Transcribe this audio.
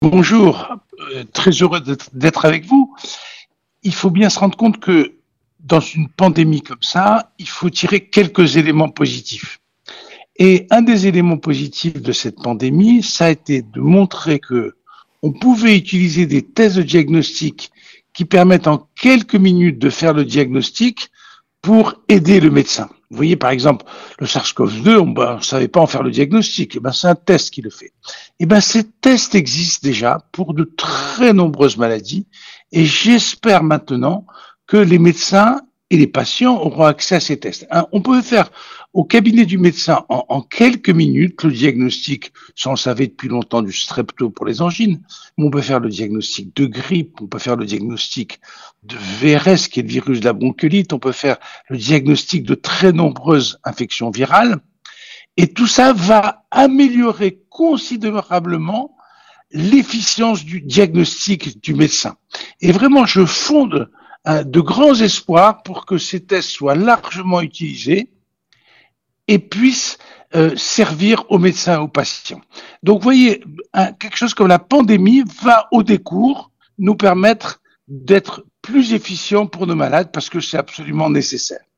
Bonjour, très heureux d'être avec vous. Il faut bien se rendre compte que dans une pandémie comme ça, il faut tirer quelques éléments positifs. Et un des éléments positifs de cette pandémie, ça a été de montrer que on pouvait utiliser des tests de diagnostic qui permettent en quelques minutes de faire le diagnostic pour aider le médecin. Vous voyez, par exemple, le SARS-CoV-2, on ne savait pas en faire le diagnostic. C'est un test qui le fait. Ces tests existent déjà pour de très nombreuses maladies et j'espère maintenant que les médecins et les patients auront accès à ces tests. On peut faire au cabinet du médecin en quelques minutes le diagnostic, ça on savait depuis longtemps, du strepto pour les angines, mais on peut faire le diagnostic de grippe, on peut faire le diagnostic de VRS, qui est le virus de la bronchiolite, on peut faire le diagnostic de très nombreuses infections virales, et tout ça va améliorer considérablement l'efficience du diagnostic du médecin. Et vraiment, je fonde de grands espoirs pour que ces tests soient largement utilisés et puissent servir aux médecins et aux patients. Donc, vous voyez, quelque chose comme la pandémie va au décours nous permettre d'être plus efficients pour nos malades parce que c'est absolument nécessaire.